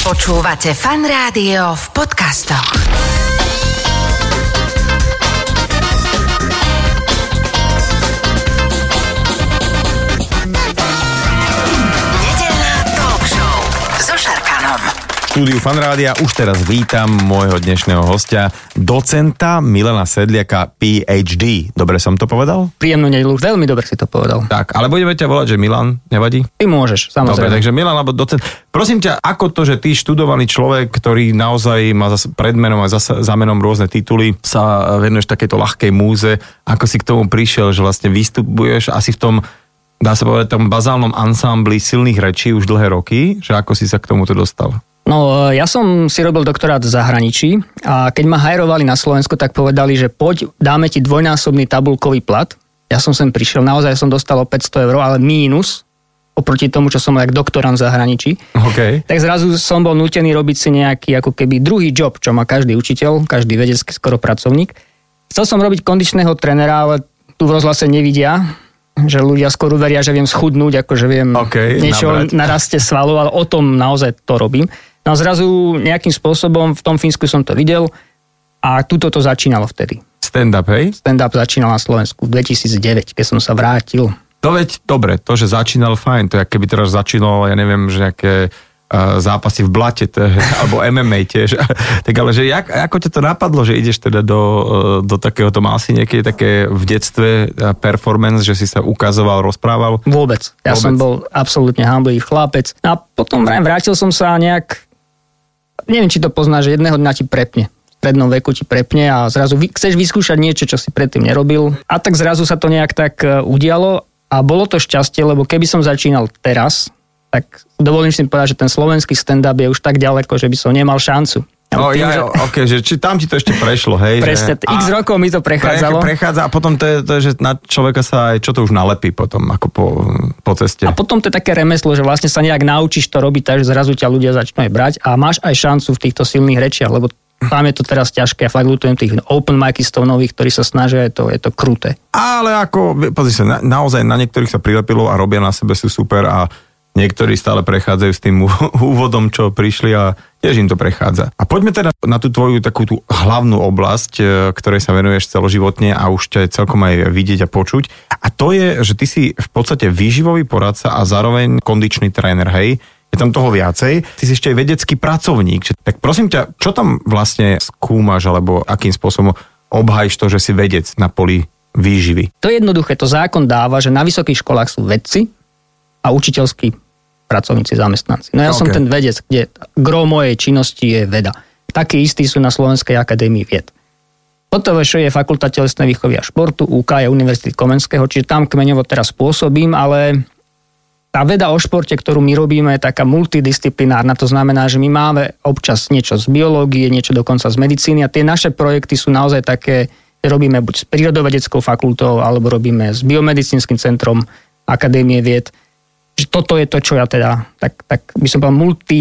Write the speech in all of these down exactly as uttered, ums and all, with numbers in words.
Počúvate Fan Rádio v podcastoch. Nedeľná talk show so Šarkanom. V štúdiu Fan Rádia už teraz vítam môjho dnešného hostia, docenta Milana Sedliaka, pé há dé. Dobre som to povedal? Príjemnú nedeľu, veľmi dobre si to povedal. Tak, ale budeme ťa volať, že Milan, nevadí? Ty môžeš, samozrejme. Dobre, takže Milan alebo docent. Prosím ťa, ako to, že ty študovaný človek, ktorý naozaj má za predmenom a za, za menom rôzne tituly, sa venuješ takéto ľahkej múze, ako si k tomu prišiel, že vlastne vystupuješ asi v tom, dá sa povedať, tom bazálnom ansámbli silných rečí už dlhé roky, že ako si sa k tomuto dostal? No, ja som si robil doktorát v zahraničí a keď ma hajrovali na Slovensku, tak povedali, že poď, dáme ti dvojnásobný tabulkový plat. Ja som sem prišiel, naozaj som dostal o päťsto eur, ale mínus oproti tomu, čo som ako doktorant v zahraničí. Okay. Tak zrazu som bol nútený robiť si nejaký ako keby druhý job, čo má každý učiteľ, každý vedecký skoro pracovník. Chcel som robiť kondičného trénera, ale tu v rozhlase nevidia, že ľudia skôr veria, že viem schudnúť, ako že viem okay, niečo nabrať. na raste svalov, ale o tom naozaj to robím. No a zrazu nejakým spôsobom v tom Fínsku som to videl a tuto to začínalo vtedy. Stand-up, hej? Stand-up začínal na Slovensku v dvetisícdeväť, keď som sa vrátil. To veď, dobre, to, že začínal fajn, to je, keby teraz začínal, ja neviem, že nejaké uh, zápasy v blate, to je, alebo em em á tiež. Tak ale, že jak, ako ťa to napadlo, že ideš teda do, uh, do takého, to mal si niekedy také v detstve uh, performance, že si sa ukazoval, rozprával? Vôbec. Ja Vôbec. som bol absolútne hanblivý chlapec. A potom vrátil som sa nejak, neviem, či to poznáš, že jedného dňa ti prepne. V strednom veku ti prepne a zrazu vy, chceš vyskúšať niečo, čo si predtým nerobil. A tak zrazu sa to nejak tak udialo a bolo to šťastie, lebo keby som začínal teraz, tak dovolím si povedať, že ten slovenský stand-up je už tak ďaleko, že by som nemal šancu. No tým, ja, že... ok, že či tam ti to ešte prešlo, hej? Presne, že, x rokov mi to prechádzalo. Pre, prechádza a potom to je, to je, že na človeka sa aj, čo to už nalepí potom, ako po, po ceste. A potom to je také remeslo, že vlastne sa nejak naučíš to robiť, takže zrazu ťa ľudia začnú aj brať a máš aj šancu v týchto silných rečiach, lebo tam je to teraz ťažké. Ja fakt ľutujem tých open micistov nových, ktorí sa snažia, je to, je to kruté. Ale ako, pozri sa, na, naozaj na niektorých sa prilepilo a robia na sebe, sú super a niektorí stále prechádzajú s tým úvodom, čo prišli a tiež im to prechádza. A poďme teda na tú tvoju takú tú hlavnú oblasť, ktorej sa venuješ celoživotne a už ťa je celkom aj vidieť a počuť. A to je, že ty si v podstate výživový poradca a zároveň kondičný tréner, hej? Je tam toho viacej. Ty si ešte aj vedecký pracovník. Tak prosím ťa, čo tam vlastne skúmaš alebo akým spôsobom obhajíš to, že si vedec na poli výživy? To je jednoduché. To zákon dáva, že na vysokých školách sú vedci a učiteľskí pracovníci, zamestnanci. No ja okay. som ten vedec, kde gro mojej činnosti je veda. Takí istí sú na Slovenskej akadémii vied. ó té vé š je Fakulta telesnej výchovy a športu, ú ká je Univerzity Komenského, čiže tam kmeňovo teraz pôsobím, ale tá veda o športe, ktorú my robíme, je taká multidisciplinárna. To znamená, že my máme občas niečo z biológie, niečo dokonca z medicíny a tie naše projekty sú naozaj také, že robíme buď s prírodovedeckou fakultou, alebo robíme s biomedicínskym centrom Akadémie vied. Že toto je to, čo ja teda, tak, tak by som povedal multi...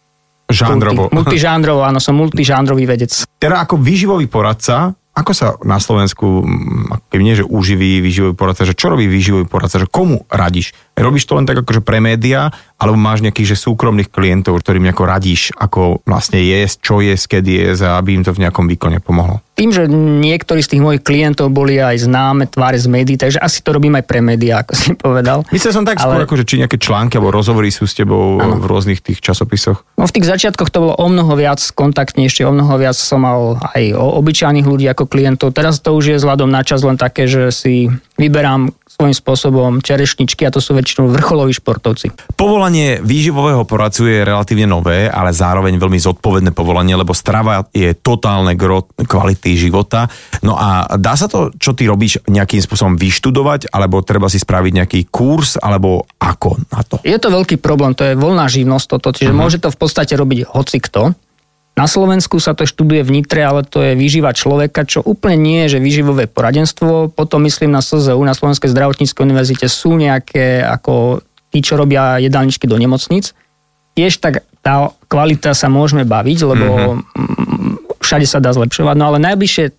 Žánrovo. Multi, multižánrovo, áno, som multižánrový vedec. Teda ako výživový poradca, ako sa na Slovensku, keď nie, že uživí výživový poradca, že čo robí výživový poradca, že komu radíš? Robíš to len tak akože pre médiá, alebo máš nejakých že súkromných klientov, ktorým nejako radíš, ako vlastne jesť, čo jesť, kedy jesť a aby im to v nejakom výkone pomohlo? Tým, že niektorí z tých mojich klientov boli aj známe tváre z médií, takže asi to robím aj pre médiá, ako si povedal. Myslel som tak ale... skôr, akože, či nejaké články alebo rozhovory sú s tebou ano. V rôznych tých časopisoch. No v tých začiatkoch to bolo o mnoho viac kontaktnejšie, o mnoho viac som mal aj o obyčajných ľudí ako klientov. Teraz to už je vzhľadom na čas len také, že si vyberám svojím spôsobom čerešničky a to sú väčšinou vrcholoví športovci. Povolanie výživového poradcu je relatívne nové, ale zároveň veľmi zodpovedné povolanie, lebo strava je totálne gro kvality života. No a dá sa to, čo ty robíš, nejakým spôsobom vyštudovať, alebo treba si spraviť nejaký kurz, alebo ako na to? Je to veľký problém, to je voľná živnosť toto, čiže uh-huh. môže to v podstate robiť hocikto. Na Slovensku sa to študuje v Nitre, ale to je výživa človeka, čo úplne nie je, že výživové poradenstvo. Potom myslím na es zet ú, na Slovenskej zdravotníckej univerzite sú nejaké, ako tí, čo robia jedálničky do nemocníc. Tiež tak tá kvalita sa môžeme baviť, lebo mm-hmm. všade sa dá zlepšovať. No ale najbližšie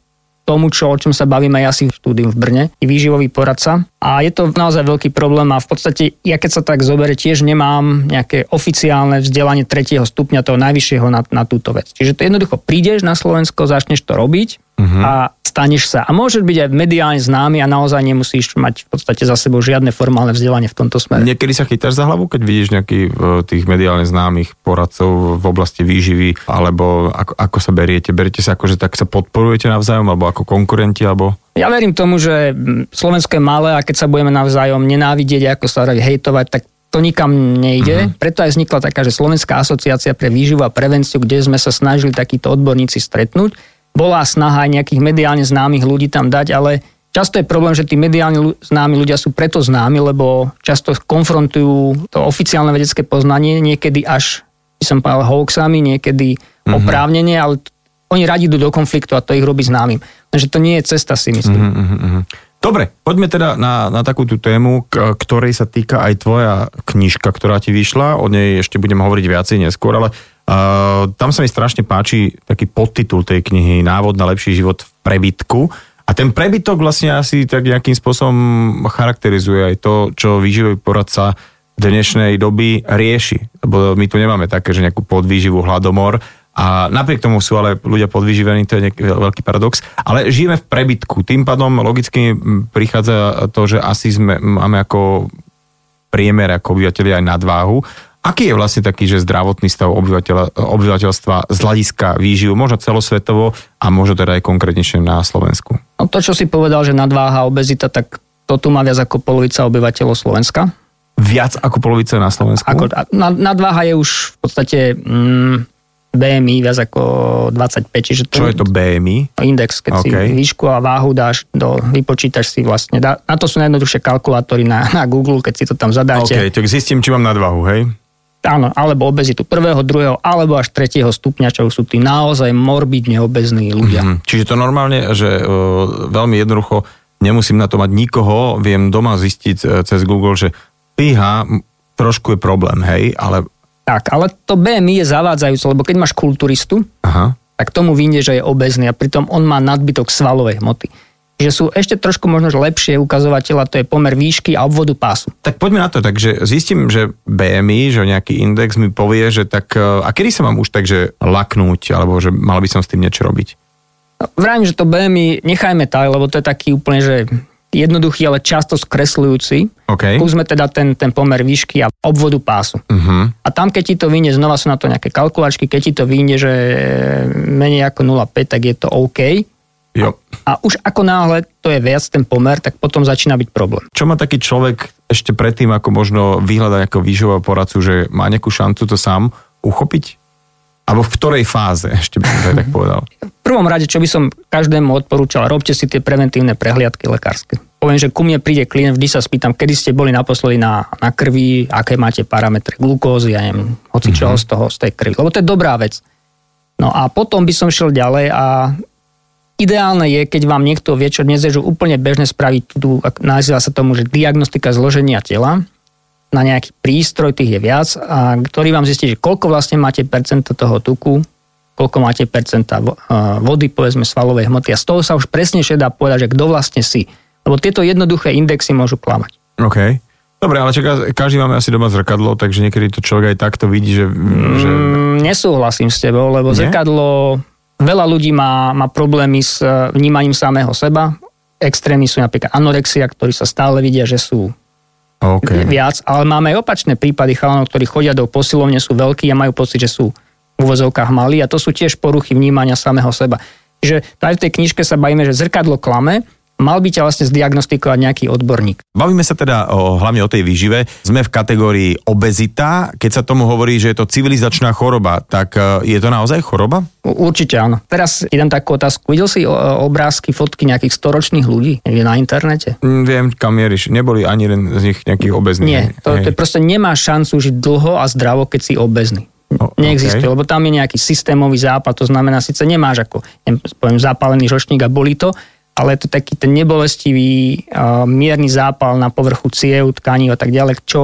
tomu, čo, o čom sa bavíme aj asi v štúdiu v Brne, i výživový poradca. A je to naozaj veľký problém a v podstate, ja keď sa tak zoberie, tiež nemám nejaké oficiálne vzdelanie tretieho stupňa, toho najvyššieho na, na túto vec. Čiže to jednoducho prídeš na Slovensko, začneš to robiť uh-huh. a staneš sa. A môžeš byť aj mediálne známy a naozaj nemusíš mať v podstate za sebou žiadne formálne vzdelanie v tomto smere. Niekedy sa chytáš za hlavu, keď vidíš nejakých tých mediálne známych poradcov v oblasti výživy, alebo ako, ako sa beriete? Beriete sa ako, že tak sa podporujete navzájom, alebo ako konkurenti, alebo... Ja verím tomu, že Slovensko je malé a keď sa budeme navzájom nenávidieť, ako sa hovorí, hejtovať, tak to nikam nejde. Uh-huh. Preto aj vznikla taká, že Slovenská asociácia pre výživu a prevenciu, kde sme sa snažili takíto odborníci stretnúť. Bola snaha aj nejakých mediálne známych ľudí tam dať, ale často je problém, že tí mediálne známi ľudia sú preto známi, lebo často konfrontujú to oficiálne vedecké poznanie, niekedy až, by som povedal, hoaxami, niekedy uh-huh. oprávnenie, ale oni radi idú do konfliktu a to ich robí známym. Takže to nie je cesta, si myslím. Uh-huh. Dobre, poďme teda na, na takú tú tému, k, ktorej sa týka aj tvoja knižka, ktorá ti vyšla. O nej ešte budeme hovoriť viacej neskôr, ale Uh, tam sa mi strašne páči taký podtitul tej knihy Návod na lepší život v prebytku. A ten prebytok vlastne asi tak nejakým spôsobom charakterizuje aj to, čo výživový poradca dnešnej doby rieši. Lebo my tu nemáme také, že nejakú podvýživu, hladomor. A napriek tomu sú ale ľudia podvyživení, to je nejaký veľký paradox. Ale žijeme v prebytku. Tým pádom logicky prichádza to, že asi sme, máme ako priemer ako obyvateľia aj nadváhu. Aký je vlastne taký, že zdravotný stav obyvateľa, obyvateľstva z hľadiska výživu, možno celosvetovo a možno teda aj konkrétnejšie na Slovensku? No to, čo si povedal, že nadváha, obezita, tak to tu má viac ako polovica obyvateľov Slovenska. Viac ako polovica na Slovensku? Ako, nadváha je už v podstate mm, bé em í viac ako dvadsaťpäť. Čiže to, čo je to bé em í? Index, keď okay. si výšku a váhu dáš, do, vypočítaš si vlastne. Dá, na to sú najjednoduchšie kalkulátory na, na Google, keď si to tam zadáte. OK, tak zistím, či mám nadváhu, hej? Áno, alebo obezitu prvého, druhého, alebo až tretieho stupňa, čo sú tí naozaj morbidne obezní ľudia. Mm-hmm. Čiže to normálne, že uh, veľmi jednoducho nemusím na to mať nikoho, viem doma zistiť uh, cez Google, že píha, trošku je problém, hej, ale... Tak, ale to bé em í je zavádzajúce, lebo keď máš kulturistu, Aha. tak tomu vyjde, že je obezný a pritom on má nadbytok svalovej hmoty. Že sú ešte trošku možno lepšie ukazovateľa, to je pomer výšky a obvodu pásu. Tak poďme na to, takže zistím, že bé em í, že nejaký index mi povie, že tak, a kedy sa mám už tak, že laknúť, alebo že mal by som s tým niečo robiť? No, vrajím, že to bé em í nechajme tak, lebo to je taký úplne, že jednoduchý, ale často skresľujúci. Okay. Skúsme teda ten, ten pomer výšky a obvodu pásu. Uh-huh. A tam, keď ti to vyjde, znova sú na to nejaké kalkulačky, keď ti to vyjde, že menej ako nula celá päť, tak je to OK. Jo. A už ako náhle to je viac ten pomer, tak potom začína byť problém. Čo má taký človek ešte predtým, ako možno vyhľadať ako výživového poradcu, že má nejakú šancu to sám uchopiť? Alebo v ktorej fáze, ešte by som to tak povedal? V prvom rade, čo by som každému odporúčal, robte si tie preventívne prehliadky lekárske. Poviem, že ku mne príde klient, vždy sa spýtam, kedy ste boli naposledy na, na krvi, aké máte parametre glukózy, ja neviem, hoci čoho mm-hmm. z toho, z tej krvi. Lebo to je dobrá vec. No a potom by som šiel ďalej a ideálne je, keď vám niekto vie, čo dnes je úplne bežné spraviť, tu, nazýva sa tomu, že diagnostika zloženia tela, na nejaký prístroj, tých je viac, a ktorý vám zistí, že koľko vlastne máte percenta toho tuku, koľko máte percenta vody, povedzme svalovej hmoty a z toho sa už presnejšie dá povedať, že kto vlastne si. Lebo tieto jednoduché indexy môžu klamať. OK. Dobre, ale čaká, každý máme asi doma zrkadlo, takže niekedy to človek aj takto vidí, že... že... Mm, nesúhlasím s tebou, lebo Nie? zrkadlo... Veľa ľudí má, má problémy s vnímaním samého seba. Extrémy sú napríklad anorexia, ktorí sa stále vidia, že sú okay. viac. Ale máme aj opačné prípady chalanov, ktorí chodia do posilovne, sú veľkí a majú pocit, že sú v uvozovkách malí. A to sú tiež poruchy vnímania samého seba. Čiže aj v tej knižke sa bavíme, že zrkadlo klame. Mal by ťa vlastne zdiagnostikovať nejaký odborník. Bavíme sa teda o, hlavne o tej výžive. Sme v kategórii obezita. Keď sa tomu hovorí, že je to civilizačná choroba, tak je to naozaj choroba? Určite áno. Teraz idem takú otázku. Videl si obrázky, fotky nejakých storočných ľudí niekde na internete? Mm, viem, kam mieríš. Neboli ani jeden z nich nejakých obezných. Nie, to, to proste nemá šancu žiť dlho a zdravo, keď si obezný. O, Neexistuje, okay. Lebo tam je nejaký systémový zápal, to znamená, síce nemáš ako neviem, poviem, zápalený žlčník a bolí to, ale je to taký ten nebolestivý uh, mierny zápal na povrchu ciev, tkaní a tak ďalej, čo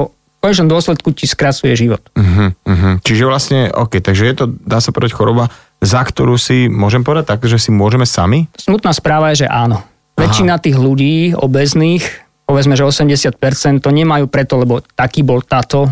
konečnom dôsledku ti skracuje život. Uh-huh, uh-huh. Čiže vlastne, OK, takže je to, dá sa povedať, choroba, za ktorú si, môžem povedať tak, že si môžeme sami? Smutná správa je, že áno. Aha. Väčšina tých ľudí obéznych, povedzme, že osemdesiat percent to nemajú preto, lebo taký bol táto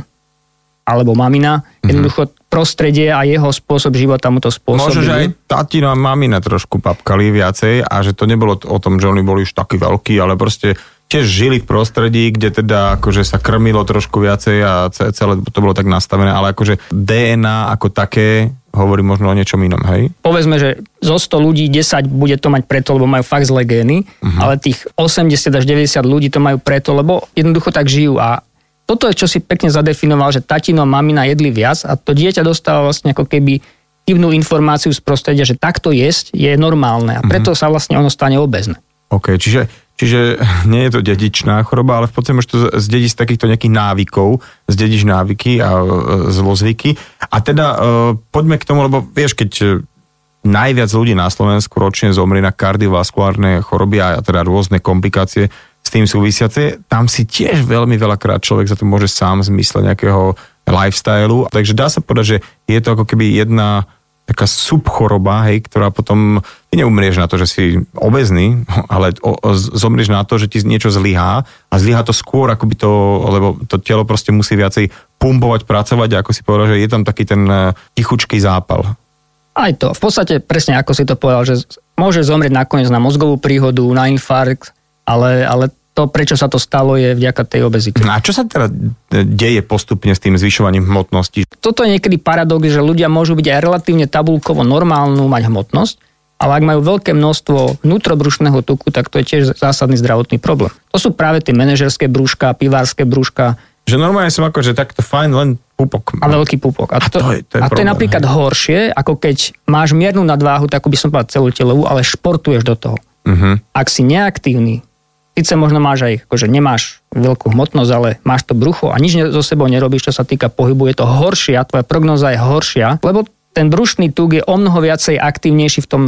alebo mamina. Jednoducho prostredie a jeho spôsob života mu to spôsobili. Možno, že aj tatino a mamina trošku papkali viacej a že to nebolo o tom, že oni boli už takí veľkí, ale proste tiež žili v prostredí, kde teda akože sa krmilo trošku viacej a celé to bolo tak nastavené, ale akože dé en á ako také hovorí možno o niečom inom, hej? Povedzme, že zo sto ľudí desať bude to mať preto, lebo majú fakt zlé gény, uh-huh. ale tých osemdesiat až deväťdesiat ľudí to majú preto, lebo jednoducho tak žijú. A toto je, čo si pekne zadefinoval, že tatino a mamina jedli viac a to dieťa dostáva vlastne ako keby chybnú informáciu z prostredia, že takto jesť je normálne a preto uh-huh. sa vlastne ono stane obézne. OK, čiže Čiže nie je to dedičná choroba, ale v podstate môžeš to zdediť z takýchto nejakých návykov, zdediť návyky a zlozvyky. A teda e, poďme k tomu, lebo vieš, keď najviac ľudí na Slovensku ročne zomrie na kardiovaskulárne choroby a teda rôzne komplikácie s tým súvisiace, tam si tiež veľmi veľakrát človek za to môže sám zmysleť nejakého lifestylu. Takže dá sa povedať, že je to ako keby jedna taká subchoroba, hej, ktorá potom, ty neumrieš na to, že si obezný, ale o, o, zomrieš na to, že ti niečo zlyhá a zlyhá to skôr, ako by to, lebo to telo proste musí viacej pumpovať, pracovať a ako si povedal, že je tam taký ten tichučký zápal. Aj to, v podstate presne ako si to povedal, že môže zomrieť nakoniec na mozgovú príhodu, na infarkt, ale, ale to, prečo sa to stalo, je vďaka tej obezite. A čo sa teda deje postupne s tým zvyšovaním hmotnosti? Toto je niekedy paradox, že ľudia môžu byť aj relatívne tabuľkovo normálnu mať hmotnosť, ale ak majú veľké množstvo vnútrobrušného tuku, tak to je tiež zásadný zdravotný problém. To sú práve tie manažerské brúška, pivárske brúška. Že normálne som ako, že takto fajn, len pupok. A veľký pupok. A to, a to, je, to, je, a to je napríklad hej. horšie, ako keď máš miernu nadváhu, tak by som povedal celú telovú, ale športuješ do toho. Uh-huh. Ak si neaktívny, síce možno máš aj, akože nemáš veľkú hmotnosť, ale máš to brucho a nič so sebou nerobíš, čo sa týka pohybu, je to horšie a tvoja prognóza je horšia, lebo ten brušný tuk je o mnoho viacej aktívnejší v tom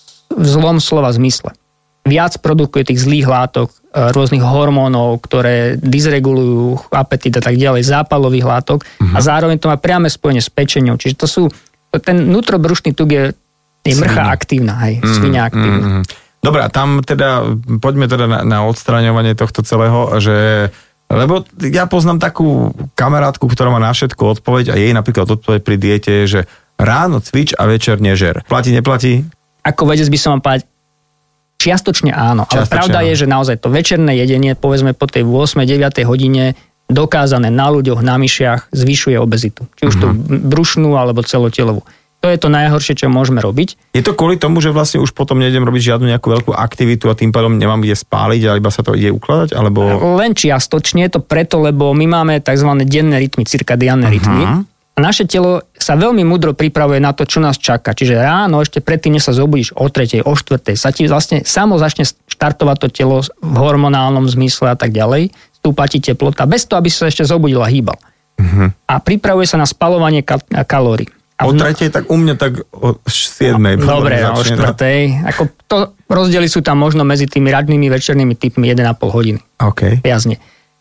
v zlom slova zmysle. Viac produkuje tých zlých látok, rôznych hormónov, ktoré dysregulujú apetit a tak ďalej, zápalových látok uh-huh. a zároveň to má priame spojenie s pečenou. Čiže to sú, ten vnútrobrušný tuk je, je mrcha aktívna, hej, mm, svinia aktívna. Mm, Dobre, a tam teda, poďme teda na, na odstraňovanie tohto celého, že, lebo ja poznám takú kamarátku, ktorá má na všetko odpoveď a jej napríklad odpoveď pri diete je, že ráno cvič a večer nežer. Platí, neplatí? Ako vedec by som vám povedať, čiastočne áno. Čiastočne, ale pravda áno. je, že naozaj to večerné jedenie, povedzme po tej ôsmej deviatej hodine, dokázané na ľuďoch, na myšiach, zvyšuje obezitu. Či už mm-hmm. tú brušnú alebo celotelovú. To je to najhoršie, čo môžeme robiť. Je to kvôli tomu, že vlastne už potom nejdem robiť žiadnu nejakú veľkú aktivitu a tým pádom nemám kde spáliť, ale iba sa to ide ukladať? Alebo... Len čiastočne je to preto, lebo my máme tzv. Denné rytmy, cirkadiánne uh-huh. rytmy. A naše telo sa veľmi múdro pripravuje na to, čo nás čaká. Čiže ráno, ešte predtým, než sa zobudíš o tretej, o štvrtej, sa ti vlastne samo začne štartovať to telo v hormonálnom zmysle a tak ďalej. Stúpa ti teplota, bez toho, aby sa ešte zobudil a hýbal. Uh-huh. A pripravuje sa na spaľovanie kal- kalórií. O tretej, tak u mňa tak o siedmej. Dobre, o štvrtej. Ako to rozdiely sú tam možno medzi tými radnými večernými typmi jeden a pol hodiny. OK. Viazne.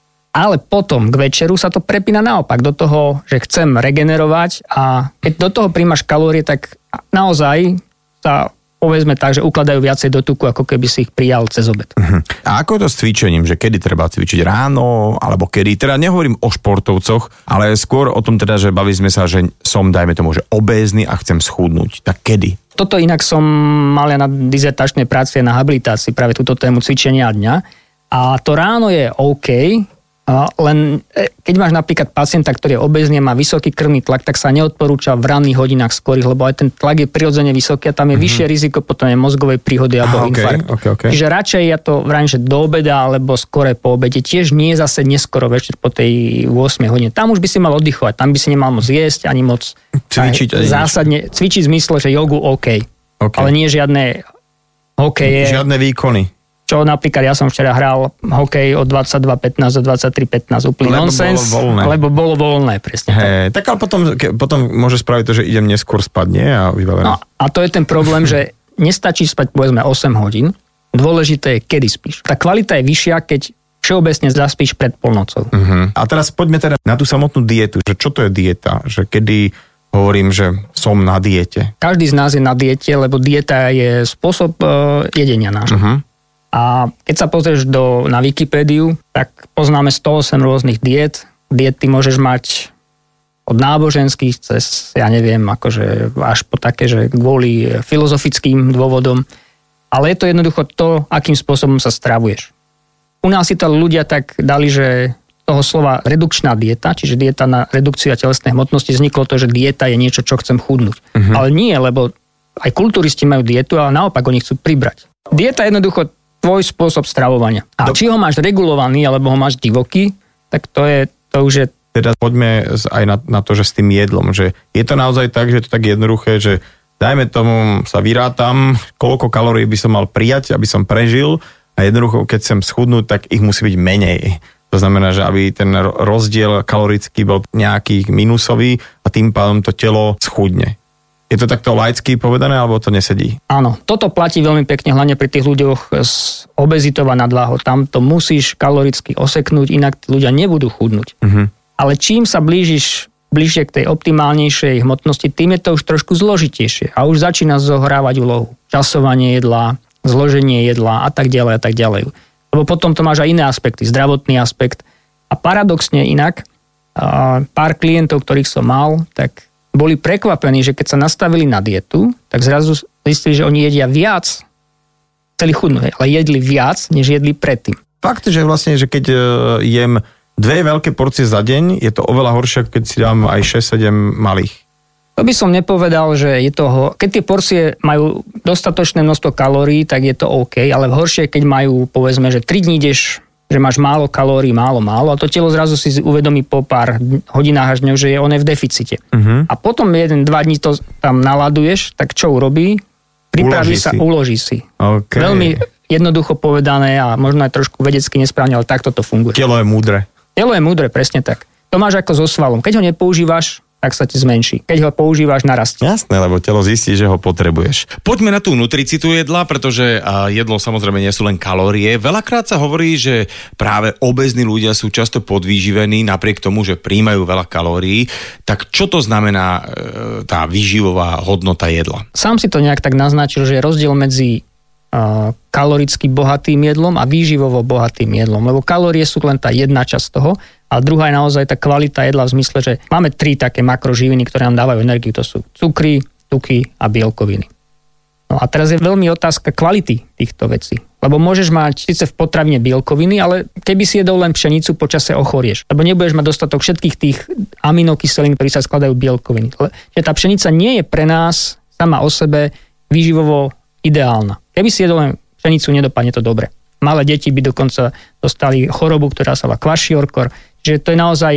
Ale potom k večeru sa to prepína naopak do toho, že chcem regenerovať a keď do toho príjmaš kalórie, tak naozaj sa povedzme tak, že ukladajú viacej do tuku, ako keby si ich prijal cez obed. Uh-huh. A ako je to s cvičením, že kedy treba cvičiť ráno, alebo kedy? Teda nehovorím o športovcoch, ale skôr o tom teda, že bavili sme sa, že som, dajme tomu, že obézny a chcem schudnúť. Tak kedy? Toto inak som mal ja na dizertačnej práci na habilitácii, práve túto tému cvičenia dňa. A to ráno je OK, len keď máš napríklad pacienta, ktorý je obézny a má vysoký krvný tlak, tak sa neodporúča v ranných hodinách skorých, lebo aj ten tlak je prirodzene vysoký a tam je mm-hmm. vyššie riziko potom je mozgovej príhody alebo ah, okay, infarkt. Okay, okay. Čiže radšej ja to vrajím, že do obeda alebo skore po obede, tiež nie zase neskoro večer po tej ôsmej hodine. Tam už by si mal oddychovať, tam by si nemal moc jesť, ani moc cvičiť. Aj, zásadne cvičiť v zmysle, že jogu OK, okay. ale nie žiadne hokeje. Žiadne výkony. Čo napríklad ja som včera hral hokej od dvadsaťdva pätnásť do dvadsaťtri pätnásť, úplný nonsens, lebo bolo voľné, presne. Hey, tak. tak ale potom, potom môže spraviť to, že idem neskôr spať, nie? A, no, a to je ten problém, že nestačí spať povedzme osem hodín, dôležité je, kedy spíš. Tá kvalita je vyššia, keď všeobecne zaspíš pred polnocou. Uh-huh. A teraz poďme teda na tú samotnú dietu. Že čo to je dieta? Že kedy hovorím, že som na diete? Každý z nás je na diete, lebo dieta je spôsob uh, jedenia nášho. Uh-huh. A keď sa pozrieš do, na Wikipédiu, tak poznáme sto osem rôznych diet. Diety môžeš mať od náboženských cez, ja neviem, akože až po také, že kvôli filozofickým dôvodom. Ale je to jednoducho to, akým spôsobom sa stravuješ. U nás si to ľudia tak dali, že toho slova redukčná dieta, čiže dieta na redukciu a telesnej hmotnosti, vzniklo to, že dieta je niečo, čo chcem chudnúť. Uh-huh. Ale nie, lebo aj kulturisti majú dietu, ale naopak oni chcú pribrať. Dieta je jednoducho tvoj spôsob stravovania. A Do... či ho máš regulovaný, alebo ho máš divoký, tak to je, to už je... Teda poďme aj na, na to, že s tým jedlom, že je to naozaj tak, že je to tak jednoduché, že dajme tomu, sa vyrátam, koľko kalórií by som mal prijať, aby som prežil, a jednoducho, keď chcem schudnúť, tak ich musí byť menej. To znamená, že aby ten rozdiel kalorický bol nejaký minusový a tým pádom to telo schudne. Je to takto laicky povedané, alebo to nesedí? Áno, toto platí veľmi pekne, hlavne pri tých ľuďoch s obezitou a nadváhou. Tam to musíš kaloricky oseknúť, inak ľudia nebudú chudnúť. Uh-huh. Ale čím sa blížiš bližšie k tej optimálnejšej hmotnosti, tým je to už trošku zložitejšie a už začína zohrávať úlohu. Časovanie jedla, zloženie jedla a tak ďalej a tak ďalej. Lebo potom to máš aj iné aspekty, zdravotný aspekt. A paradoxne inak, pár klientov, ktorých som mal, tak boli prekvapení, že keď sa nastavili na dietu, tak zrazu zistili, že oni jedia viac, chceli chudnúť, ale jedli viac, než jedli predtým. Fakt, že vlastne, že keď jem dve veľké porcie za deň, je to oveľa horšie, keď si dám aj šesť sedem malých. To by som nepovedal, že je to... Keď tie porcie majú dostatočné množstvo kalórií, tak je to OK, ale horšie, keď majú, povedzme, že tri dní ideš, že máš málo kalórií, málo, málo a to telo zrazu si uvedomí po pár hodinách až dňov, že je on je v deficite. Uh-huh. A potom jeden, dva dní to tam naladuješ, tak čo urobí? Pripraví uloží sa, si. uloží si. Okay. Veľmi jednoducho povedané a možno aj trošku vedecky nesprávne, ale takto to funguje. Telo je múdre. Telo je múdre, presne tak. To máš ako so svalom. Keď ho nepoužívaš, tak sa ti zmenší. Keď ho používaš, narastie. Jasné, lebo telo zistí, že ho potrebuješ. Poďme na tú nutricitu jedla, pretože jedlo samozrejme nie sú len kalórie. Veľakrát sa hovorí, že práve obézni ľudia sú často podvýživení napriek tomu, že príjmajú veľa kalórií. Tak čo to znamená tá výživová hodnota jedla? Sám si to nejak tak naznačil, že je rozdiel medzi uh, kaloricky bohatým jedlom a výživovo bohatým jedlom. Lebo kalórie sú len tá jedna časť toho, a druhá je naozaj tá kvalita jedla v zmysle, že máme tri také makroživiny, ktoré nám dávajú energiu. To sú cukry, tuky a bielkoviny. No a teraz je veľmi otázka kvality týchto vecí. Lebo môžeš mať síce v potravine bielkoviny, ale keby si jedol len pšenicu, počase ochorieš. Lebo nebudeš mať dostatok všetkých tých aminokyselín, ktorí sa skladajú bielkoviny. Že tá pšenica nie je pre nás sama o sebe výživovo ideálna. Keby si jedol len pšenicu, nedopadne to dobre. Malé deti by dokonca dostali chorobu, ktorá sa volá kwashiorkor. Že to je naozaj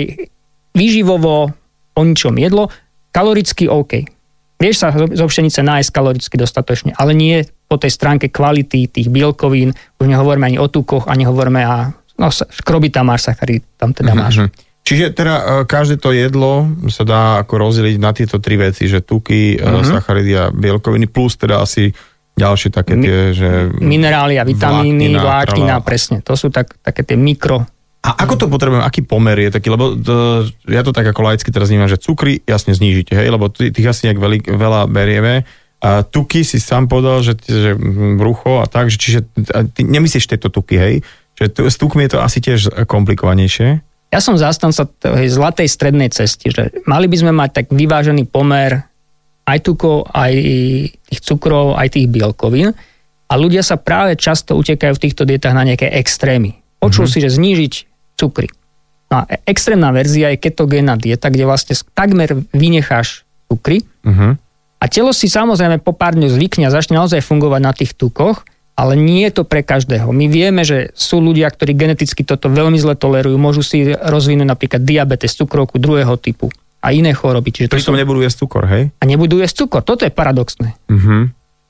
výživovo o ničom jedlo, kaloricky OK. Vieš sa zo pšenice nájsť kaloricky dostatočne, ale nie po tej stránke kvality tých bielkovín, už nehovoríme ani o tukoch, ani hovoríme a no, škroby tam máš, sacharidy tam teda máš. Mm-hmm. Čiže teda každé to jedlo sa dá ako rozdeliť na tieto tri veci, že tuky, mm-hmm. sacharidy a bielkoviny, plus teda asi ďalšie také tie, že... Minerály a vitamíny, vláknina, presne. To sú tak, také tie mikro... A ako to potrebujem, aký pomer je taký, lebo to, ja to tak ako laicky teraz vnímam, že cukry jasne znížite, hej, lebo tých asi nejak veľi, veľa berieme. A tuky si sám povedal, že, že brucho a tak, že čiže ty nemyslíš tieto tuky, hej? Že s tukmi je to asi tiež komplikovanejšie. Ja som zástanca tej zlatej strednej cesty, že mali by sme mať tak vyvážený pomer aj tukov, aj tých cukrov, aj tých bielkovín a ľudia sa práve často utekajú v týchto dietách na nejaké extrémy. Počul mm-hmm. si, že znížiť cukry. No a extrémna verzia je ketogénna dieta, kde vlastne takmer vynecháš cukry uh-huh. a telo si samozrejme po pár dňoch zvykne a začne naozaj fungovať na tých tukoch, ale nie je to pre každého. My vieme, že sú ľudia, ktorí geneticky toto veľmi zle tolerujú, môžu si rozvinúť napríklad diabetes, cukrovku druhého typu a iné choroby. Čiže to som nebudú jesť cukor, hej? A nebudú jesť cukor, toto je paradoxné. Uh-huh.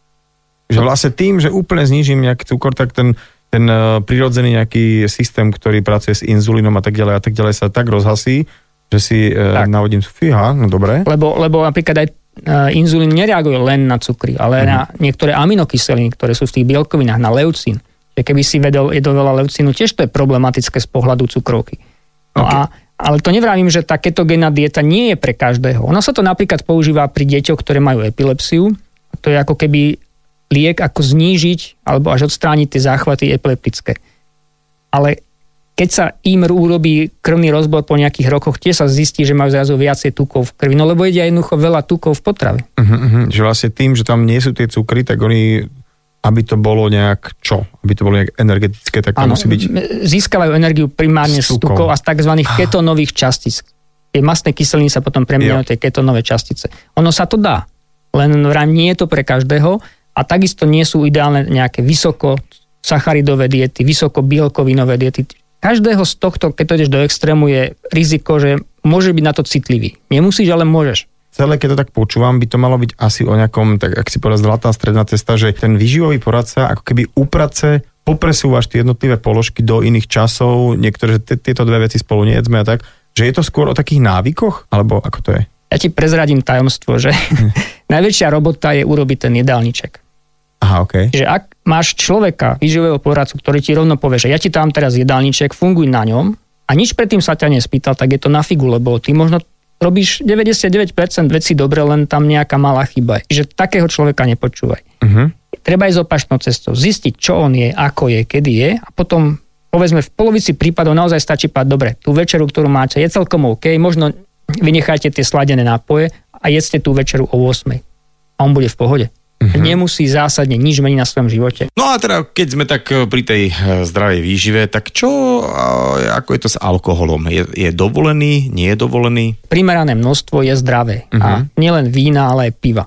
Že vlastne tým, že úplne znížim nejaký cukor, tak ten ten prirodzený nejaký systém, ktorý pracuje s inzulínom a tak ďalej a tak ďalej sa tak rozhasí, že si tak. navodím, fíha, no dobre. Lebo, lebo napríklad aj inzulín nereaguje len na cukry, ale mm-hmm. na niektoré aminokyseliny, ktoré sú v tých bielkovinách, na leucín. Keby si vedel, jedol veľa leucínu, tiež to je problematické z pohľadu cukrovky. No okay. a, ale to nevravím, že tá ketogénna dieta nie je pre každého. Ono sa to napríklad používa pri deťoch, ktoré majú epilepsiu. To je ako keby liek, ako znížiť alebo až odstrániť tie záchvaty epileptické. Ale keď sa im urobí krvný rozbor po nejakých rokoch, tie sa zistí, že majú zrazu viacej tukov v krvi, no lebo jedia jednoducho veľa tukov v potrave. Uh-huh, uh-huh. Že vlastne tým, že tam nie sú tie cukry, tak oni, aby to bolo nejak čo? Aby to bolo nejak energetické, tak to ano, musí byť... Získavajú energiu primárne z tukov a z tzv. Ketónových častíc. Tie mastné kyseliny sa potom premieňajú tie ketónové častice. Ono sa to dá, len vrám nie je to pre každého a takisto nie sú ideálne nejaké vysoko sacharidové diety, vysoko bielkovinové diety. Každého z tohto, keď to ideš do extrému, je riziko, že môže byť na to citlivý. Nemusíš, ale môžeš. Celé, keď to tak počúvam, by to malo byť asi o nejakom, tak ak si povedal, zlatá stredná cesta, že ten výživový poradca ako keby uprace, popresúvaš tie jednotlivé položky do iných časov, niektoré, že tieto dve veci spolu nejedzme a tak, že je to skôr o takých návykoch, alebo ako to je? Ja ti prezradím tajomstvo, že najväčšia robota je urobiť ten jedálniček. Aha, okej. Okay. Že ak máš človeka, výživového poradcu, ktorý ti rovno povie, že ja ti tam teraz jedálniček, funguj na ňom a nič predtým sa ťa nespýtal, tak je to na figu, lebo ty možno robíš deväťdesiatdeväť percent vecí dobre, len tam nejaká malá chyba. Že takého človeka nepočúvaj. Uh-huh. Treba ísť opačnou cestou, zistiť, čo on je, ako je, kedy je a potom, povedzme, v polovici prípadov naozaj stačí povedať, dobre, tú večeru, ktorú máte, je celkom OK, možno vynechajte tie sladené nápoje a jedzte tú večeru o ôsmej. A on bude v pohode. Mm-hmm. Nemusí zásadne nič meniť na svojom živote. No a teda, keď sme tak pri tej zdravej výžive, tak čo, ako je to s alkoholom? Je, je dovolený, nie je dovolený? Primerané množstvo je zdravé. Mm-hmm. A nielen vína, ale aj piva.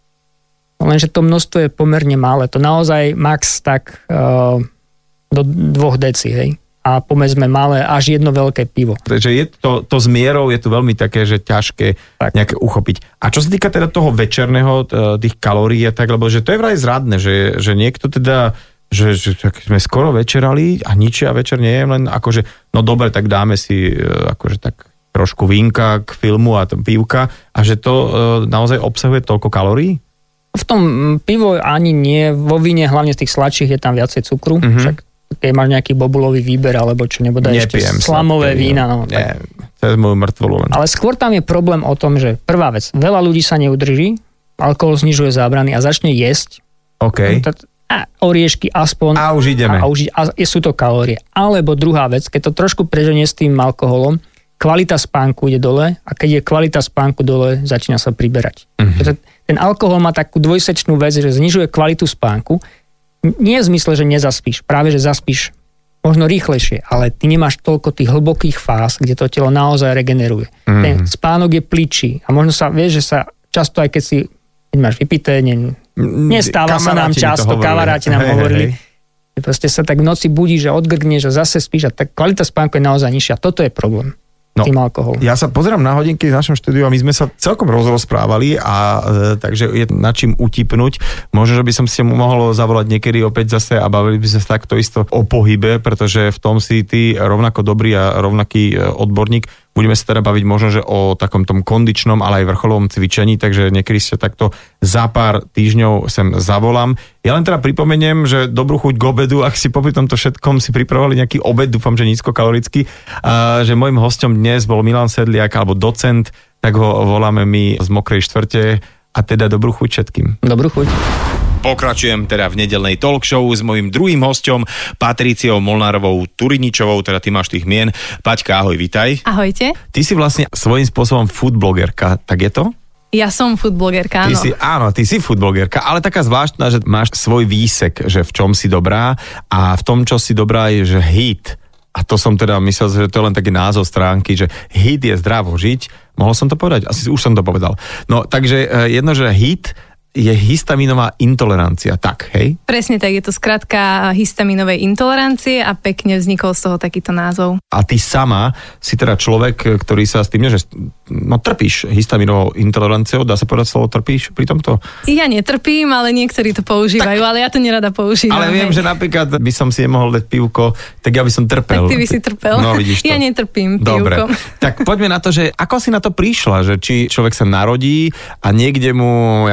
Lenže to množstvo je pomerne malé. To naozaj max tak uh, do dvoch deci, hej. A pomedzme malé, až jedno veľké pivo. Takže je to, to s mierou je to veľmi také, že ťažké tak nejaké uchopiť. A čo sa týka teda toho večerného, tých kalórií a tak, lebo že to je vraj zradné, že, že niekto teda, že, že tak sme skoro večerali a nič ja večer nejem, len akože, no dobre, tak dáme si akože tak trošku vínka k filmu a pívka a že to naozaj obsahuje toľko kalórií? V tom pivo ani nie, vo víne, hlavne z tých sladších je tam viacej cukru, mm-hmm. však keď máš nejaký bobulový výber, alebo čo nebude ešte slamové vína. No, nie, to je moju mŕtvolu len. Ale skôr tam je problém o tom, že prvá vec, veľa ľudí sa neudrží, alkohol znižuje zábrany a začne jesť. OK. A oriešky aspoň. A už ideme. A, a, už, a sú to kalórie. Alebo druhá vec, keď to trošku preženie s tým alkoholom, kvalita spánku ide dole a keď je kvalita spánku dole, začína sa priberať. Uh-huh. Ten alkohol má takú dvojsečnú vec, že znižuje kvalitu spánku. Nie je v zmysle, že nezaspíš, práve že zaspíš možno rýchlejšie, ale ty nemáš toľko tých hlbokých fáz, kde to telo naozaj regeneruje. Mm. Ten spánok je pličí a možno sa, vieš, že sa často, aj keď si keď máš vypité, ne, nestáva sa nám často, kamaráti nám hej, hovorili, hej, hej. Proste sa tak v noci budíš a odgrgneš a zase spíš a tak kvalita spánku je naozaj nižšia. Toto je problém. No, tým alkoholom. Ja sa pozerám na hodinky v našom štúdiu a my sme sa celkom rozprávali a e, takže je na čím utipnúť. Možno, že by som si mohol zavolať niekedy opäť zase a bavili by sa takto isto o pohybe, pretože v tom si ty rovnako dobrý a rovnaký odborník. Budeme sa teda baviť možno, že o takom tom kondičnom, ale aj vrcholovom cvičení, takže niekedy sa takto za pár týždňov sem zavolám. Ja len teda pripomeniem, že dobrú chuť k obedu, ak si popri tomto všetkom si pripravovali nejaký obed, dúfam, že nízkokalorický, a že môjim hosťom dnes bol Milan Sedliak, alebo docent, tak ho voláme my z Mokrej štvrte a teda dobrú chuť všetkým. Dobrú chuť. Pokračujem teda v nedeľnej talk show s mojím druhým hosťom, Patriciou Molnárovou Turiničovou, teda ty máš tých mien. Paťka, ahoj, vitaj. Ahojte. Ty si vlastne svojím spôsobom foodblogerka, tak je to? Ja som foodblogerka, áno. Ty si, áno, ty si foodblogerka, ale taká zvláštna, že máš svoj výsek, že v čom si dobrá a v tom, čo si dobrá je, že hit. A to som teda myslel, že to je len taký názov stránky, že hit je zdravo žiť. Mohol som to povedať? Asi už som to povedal. No, takže jedno, že hit je histaminová intolerancia, tak, hej? Presne tak, je to skratka histaminovej intolerancie a pekne vznikol z toho takýto názov. A ty sama si teda človek, ktorý sa s tým, že no trpíš histaminovou intoleranciou, dá sa povedať slovo trpíš pri tomto? Ja netrpím, ale niektorí to používajú, tak, ale ja to nerada používam. Ale viem, hej, že napríklad by som si nemohol dať pivko, tak ja by som trpel. Tak ty by si trpel. No, vidíš to. Ja netrpím pivkom. Dobre, tak poďme na to, že ako si na to prišla, že či človek sa narodí a niekde mu, ja neviem,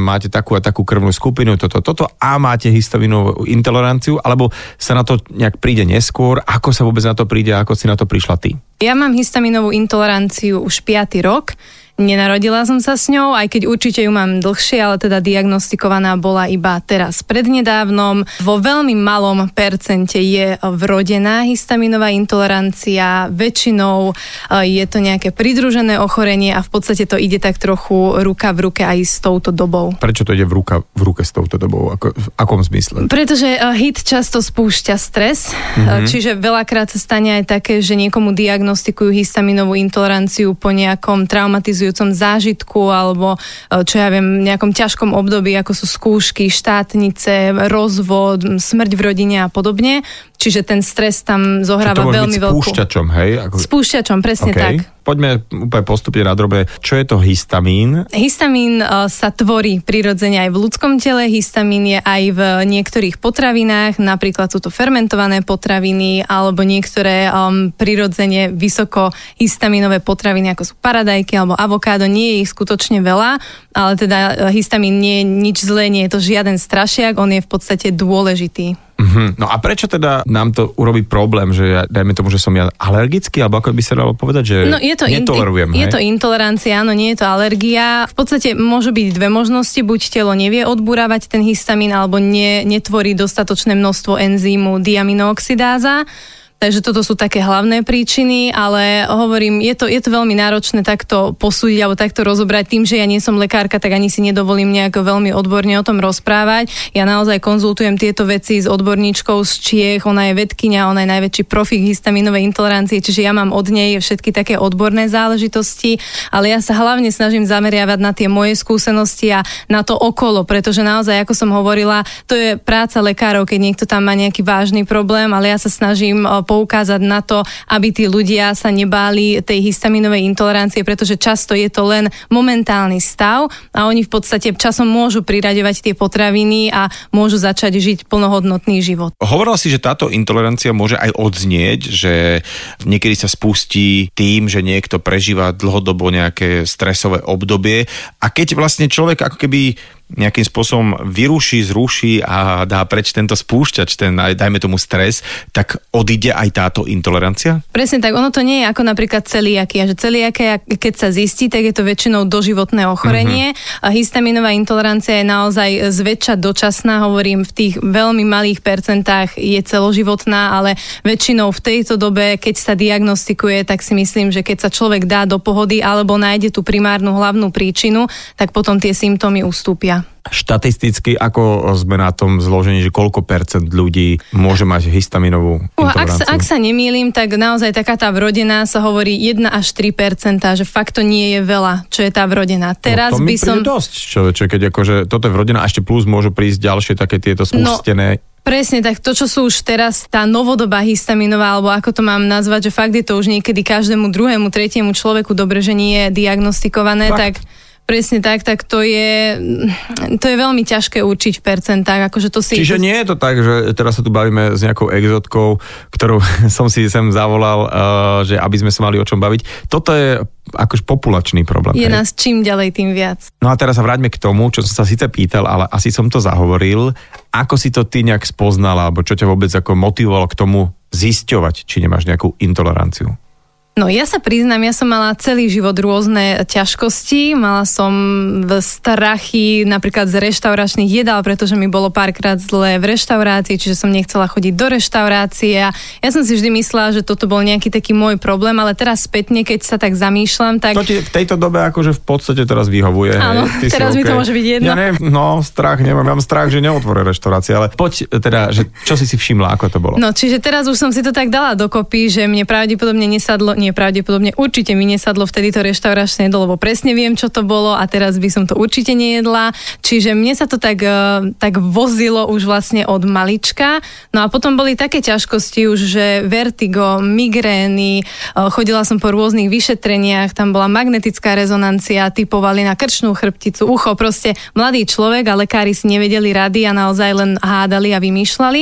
máte takú a takú krvnú skupinu, toto, toto a máte histaminovú intoleranciu, alebo sa na to nejak príde neskôr, ako sa vôbec na to príde, ako si na to prišla ty? Ja mám histaminovú intoleranciu už piaty rok. Nenarodila som sa s ňou, aj keď určite ju mám dlhšie, ale teda diagnostikovaná bola iba teraz prednedávnom. Vo veľmi malom percente je vrodená histaminová intolerancia, väčšinou je to nejaké pridružené ochorenie a v podstate to ide tak trochu ruka v ruke aj s touto dobou. Prečo to ide v, ruka, v ruke s touto dobou? Ako, v akom zmysle? Pretože hit často spúšťa stres, mm-hmm. čiže veľakrát sa stane aj také, že niekomu diagnostikujú histaminovú intoleranciu po nejakom traumatizujúcom zážitku alebo čo ja viem, nejakom ťažkom období, ako sú skúšky, štátnice, rozvod, smrť v rodine a podobne. Čiže ten stres tam zohráva veľmi veľkú. Spúšťačom, hej? Ako... Spúšťačom, presne okay. tak. Poďme úplne postupne na drobné. Čo je to histamín? Histamín uh, sa tvorí prirodzene aj v ľudskom tele. Histamín je aj v niektorých potravinách, napríklad sú to fermentované potraviny alebo niektoré um, prirodzene vysoko histaminové potraviny, ako sú paradajky alebo avokádo. Nie je ich skutočne veľa, ale teda uh, histamín nie je nič zlé, nie je to žiaden strašiak, on je v podstate dôležitý. Mm-hmm. No a prečo teda nám to urobí problém, že ja, dajme tomu, že som ja alergický, alebo ako by sa dalo povedať, že no, je to netolerujem. In, je to intolerancia, áno, nie je to alergia. V podstate môžu byť dve možnosti, buď telo nevie odburávať ten histamín, alebo ne, netvorí dostatočné množstvo enzýmu diaminooxidáza. Takže toto sú také hlavné príčiny, ale hovorím, je to, je to veľmi náročné takto posúdiť alebo takto rozobrať. Tým, že ja nie som lekárka, tak ani si nedovolím nejako veľmi odborne o tom rozprávať. Ja naozaj konzultujem tieto veci s odborníčkou z Čiech, ona je vedkyňa, ona je najväčší profík histaminovej intolerancie, čiže ja mám od nej všetky také odborné záležitosti, ale ja sa hlavne snažím zameriavať na tie moje skúsenosti a na to okolo, pretože naozaj, ako som hovorila, to je práca lekárov, keď niekto tam má nejaký vážny problém, ale ja sa snažím poukázať na to, aby tí ľudia sa nebáli tej histaminovej intolerancie, pretože často je to len momentálny stav a oni v podstate časom môžu priraďovať tie potraviny a môžu začať žiť plnohodnotný život. Hovorila si, že táto intolerancia môže aj odznieť, že niekedy sa spustí tým, že niekto prežíva dlhodobo nejaké stresové obdobie a keď vlastne človek ako keby nejakým spôsobom vyruší, zruší a dá preč tento spúšťač, ten, dajme tomu stres, tak odíde aj táto intolerancia? Presne tak, ono to nie je ako napríklad celiakia, že celiakia, keď sa zistí, tak je to väčšinou doživotné ochorenie uh-huh. a histaminová intolerancia je naozaj zväčša dočasná, hovorím, v tých veľmi malých percentách je celoživotná, ale väčšinou v tejto dobe, keď sa diagnostikuje, tak si myslím, že keď sa človek dá do pohody alebo nájde tú primárnu hlavnú príčinu, tak potom tie symptómy ustúpia. Štatisticky, ako sme na tom zložení, že koľko percent ľudí môže mať histaminovú intoleranciu? Ak sa, ak sa nemýlim, tak naozaj taká tá vrodená sa hovorí jeden až tri percentá, že fakt to nie je veľa, čo je tá vrodená. Teraz no, to by mi som... dosť, človeče, keď akože toto je vrodená, a ešte plus môžu prísť ďalšie také tieto spustené... No. Presne, tak to, čo sú už teraz tá novodobá histaminová, alebo ako to mám nazvať, že fakt je to už niekedy každému druhému, tretiemu človeku dobre, že nie je diagnostikované, fakt. tak... Presne tak, tak to je, to je veľmi ťažké určiť v percentách. Akože to si... Čiže nie je to tak, že teraz sa tu bavíme s nejakou exotkou, ktorú som si sem zavolal, uh, že aby sme sa mali o čom baviť. Toto je akože populačný problém. Je hej? Nás čím ďalej, tým viac. No a teraz sa vráťme k tomu, čo som sa síce pýtal, ale asi som to zahovoril. Ako si to ty nejak spoznala, alebo čo ťa vôbec ako motivovalo k tomu zisťovať, či nemáš nejakú intoleranciu? No ja sa priznám, ja som mala celý život rôzne ťažkosti, mala som strachy napríklad z reštauračných jedál, pretože mi bolo párkrát zle v reštaurácii, čiže som nechcela chodiť do reštaurácie a ja som si vždy myslela, že toto bol nejaký taký môj problém, ale teraz spätne, keď sa tak zamýšľam, tak... To ti v tejto dobe akože v podstate teraz vyhovuje. Áno, hej? teraz mi okay. To môže byť jedno. Ja neviem, no strach nemám, mám strach, že neotvoria reštaurácie, ale poď teda, že čo si si všimla, ako to bolo? No čiže teraz už som si to tak dala dokopy, že mne pravdepodobne nesadlo nie pravdepodobne, určite mi nesadlo vtedy to reštauračné jedlo, lebo presne viem, čo to bolo a teraz by som to určite nejedla. Čiže mne sa to tak, tak vozilo už vlastne od malička. No a potom boli také ťažkosti už, že vertigo, migrény, chodila som po rôznych vyšetreniach, tam bola magnetická rezonancia, typovali na krčnú chrbticu, ucho, proste mladý človek a lekári si nevedeli rady a naozaj len hádali a vymýšľali.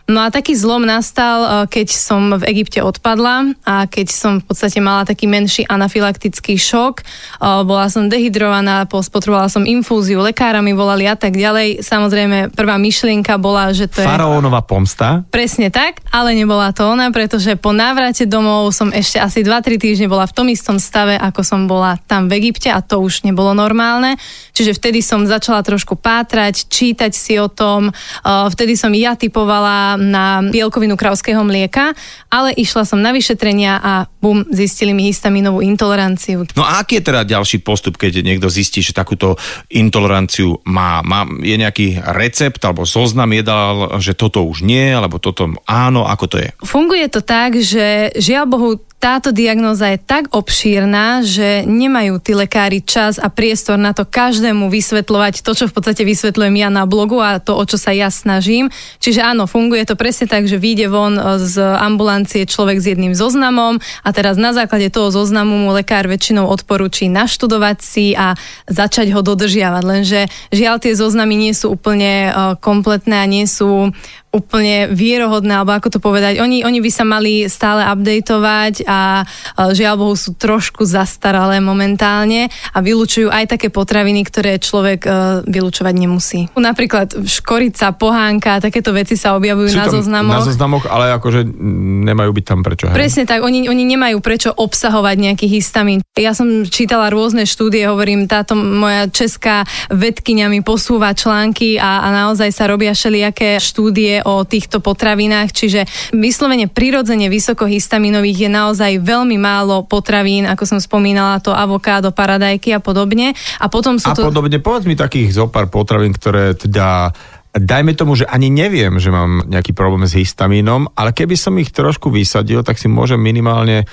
No a taký zlom nastal, keď som v Egypte odpadla a keď som v podstate mala taký menší anafylaktický šok. Bola som dehydrovaná, potrebovala som infúziu, lekára mi volali a tak ďalej. Samozrejme, prvá myšlienka bola, že to je... Faraónova pomsta. Presne tak, ale nebola to ona, pretože po návrate domov som ešte asi dva tri týždne bola v tom istom stave, ako som bola tam v Egypte a to už nebolo normálne. Čiže vtedy som začala trošku pátrať, čítať si o tom. Vtedy som ja typovala na bielkovinu kravského mlieka, ale išla som na vyšetrenia a bum, zistili mi histaminovú intoleranciu. No a aký je teda ďalší postup, keď niekto zistí, že takúto intoleranciu má? má je nejaký recept alebo zoznam jedál, že toto už nie, alebo toto áno, ako to je? Funguje to tak, že žiaľ Bohu, táto diagnóza je tak obšírna, že nemajú tí lekári čas a priestor na to každému vysvetľovať to, čo v podstate vysvetľujem ja na blogu a to, o čo sa ja snažím. Čiže áno, funguje to presne tak, že vyjde von z ambulancie človek s jedným zoznamom a teraz na základe toho zoznamu mu lekár väčšinou odporúči naštudovať si a začať ho dodržiavať. Lenže žiaľ tie zoznamy nie sú úplne kompletné a nie sú úplne vierohodné, alebo ako to povedať. Oni, oni by sa mali stále updateovať a žiaľ Bohu sú trošku zastaralé momentálne a vylučujú aj také potraviny, ktoré človek vylučovať nemusí. Napríklad škorica, pohánka, takéto veci sa objavujú sú na zoznamoch. Na zoznamoch, ale akože nemajú byť tam prečo. Hej? Presne tak, oni, oni nemajú prečo obsahovať nejaký histamín. Ja som čítala rôzne štúdie, hovorím, táto moja česká vedkyňa mi posúva články a, a naozaj sa robia všelijaké štúdie o týchto potravinách, čiže vyslovene prirodzene vysokohistaminových je naozaj veľmi málo potravín, ako som spomínala, to avokádo, paradajky a podobne. A potom sú a to... podobne, povedz mi takých zopár potravín, ktoré teda dajme tomu, že ani neviem, že mám nejaký problém s histamínom, ale keby som ich trošku vysadil, tak si môžem minimálne,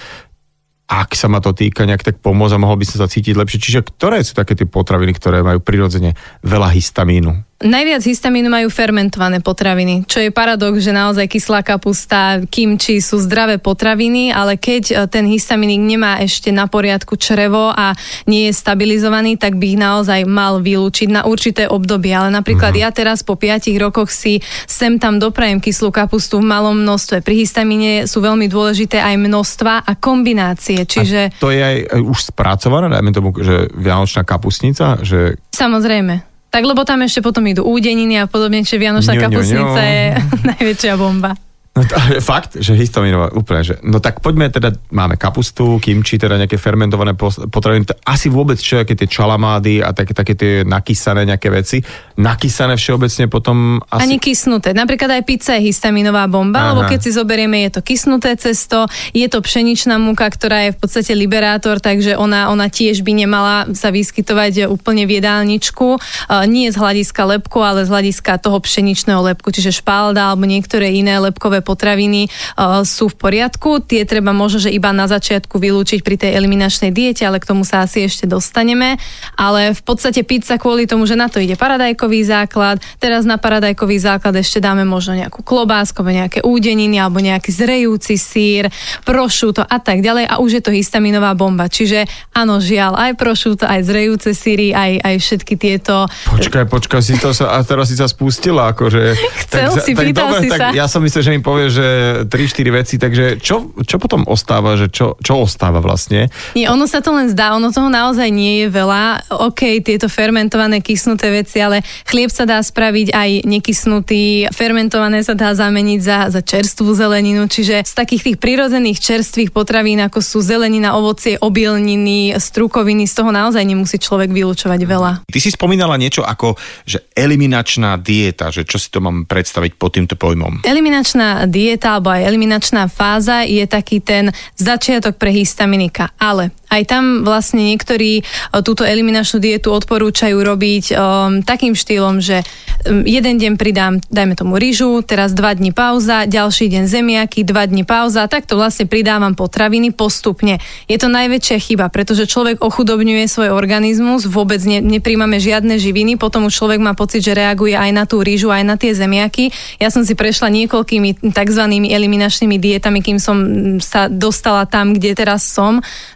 ak sa ma to týka, nejak tak pomôcť a mohol by som sa cítiť lepšie. Čiže ktoré sú také tie potraviny, ktoré majú prirodzene veľa histamínu? Najviac histamínu majú fermentované potraviny, čo je paradox, že naozaj kyslá kapusta, kimči sú zdravé potraviny, ale keď ten histaminik nemá ešte na poriadku črevo a nie je stabilizovaný, tak by ich naozaj mal vylúčiť na určité obdobie. Ale napríklad mm. ja teraz po piatich rokoch si sem tam doprajem kyslú kapustu v malom množstve. Pri histamíne sú veľmi dôležité aj množstva a kombinácie. Čiže... A to je aj už spracované, dajme tomu, že vianočná kapustnica? Že... Samozrejme. Tak lebo tam ešte potom idú údeniny a podobne, čiže vianočná ňo, kapustnica ňo, ňo. je najväčšia bomba. No to je fakt, že histaminová úplne, že... No tak poďme teda, máme kapustu, kimči, teda nejaké fermentované potraviny, asi vôbec čo, aké tie čalamády a také, také tie nakysané nejaké veci. Nakysané všeobecne potom asi... Ani kysnuté. Napríklad aj pizza je histaminová bomba, Aha. lebo keď si zoberieme, je to kysnuté cesto, je to pšeničná múka, ktorá je v podstate liberátor, takže ona, ona tiež by nemala sa vyskytovať úplne v jedálničku. Nie z hľadiska lepku, ale z hľadiska toho pšeničného lepku, čiže špalda alebo niektoré iné lepkové potraviny uh, sú v poriadku. Tie treba možno, že iba na začiatku vylúčiť pri tej eliminačnej diete, ale k tomu sa asi ešte dostaneme. Ale v podstate pizza kvôli tomu, že na to ide paradajkový základ. Teraz na paradajkový základ ešte dáme možno nejakú klobásku, nejaké údeniny alebo nejaký zrejúci sír, prošúto a tak ďalej a už je to histaminová bomba. Čiže áno, žiaľ, aj prošúto, aj zrejúce síry, aj, aj všetky tieto... Počkaj, počkaj, si to sa, a teraz si sa spustila, akože... Chcel tak, si, tak, pýtal dobre, si tak sa. Ja som myslel, že mi povie, že tri štyri veci, takže čo, čo potom ostáva, že čo, čo ostáva vlastne? Nie, ono sa to len zdá, ono toho naozaj nie je veľa. OK, tieto fermentované, kysnuté veci, ale chlieb sa dá spraviť aj nekysnutý, fermentované sa dá zameniť za, za čerstvú zeleninu, čiže z takých tých prirodzených čerstvých potravín, ako sú zelenina, ovocie, obilniny, strukoviny, z toho naozaj nemusí človek vylúčovať veľa. Ty si spomínala niečo ako, že eliminačná dieta, že čo si to mám predstaviť pod týmto pojmom? Eliminačná dieta alebo aj eliminačná fáza je taký ten začiatok pre histaminika, ale aj tam vlastne niektorí túto eliminačnú dietu odporúčajú robiť um, takým štýlom, že um, jeden deň pridám, dajme tomu rýžu, teraz dva dni pauza, ďalší deň zemiaky, dva dni pauza, takto vlastne pridávam potraviny postupne. Je to najväčšia chyba, pretože človek ochudobňuje svoj organizmus, vôbec ne, nepríjmame žiadne živiny, potom už človek má pocit, že reaguje aj na tú rýžu, aj na tie zemiaky. Ja som si prešla niekoľkými takzvanými eliminačnými dietami, kým som sa dostala tam, kde teraz som. No a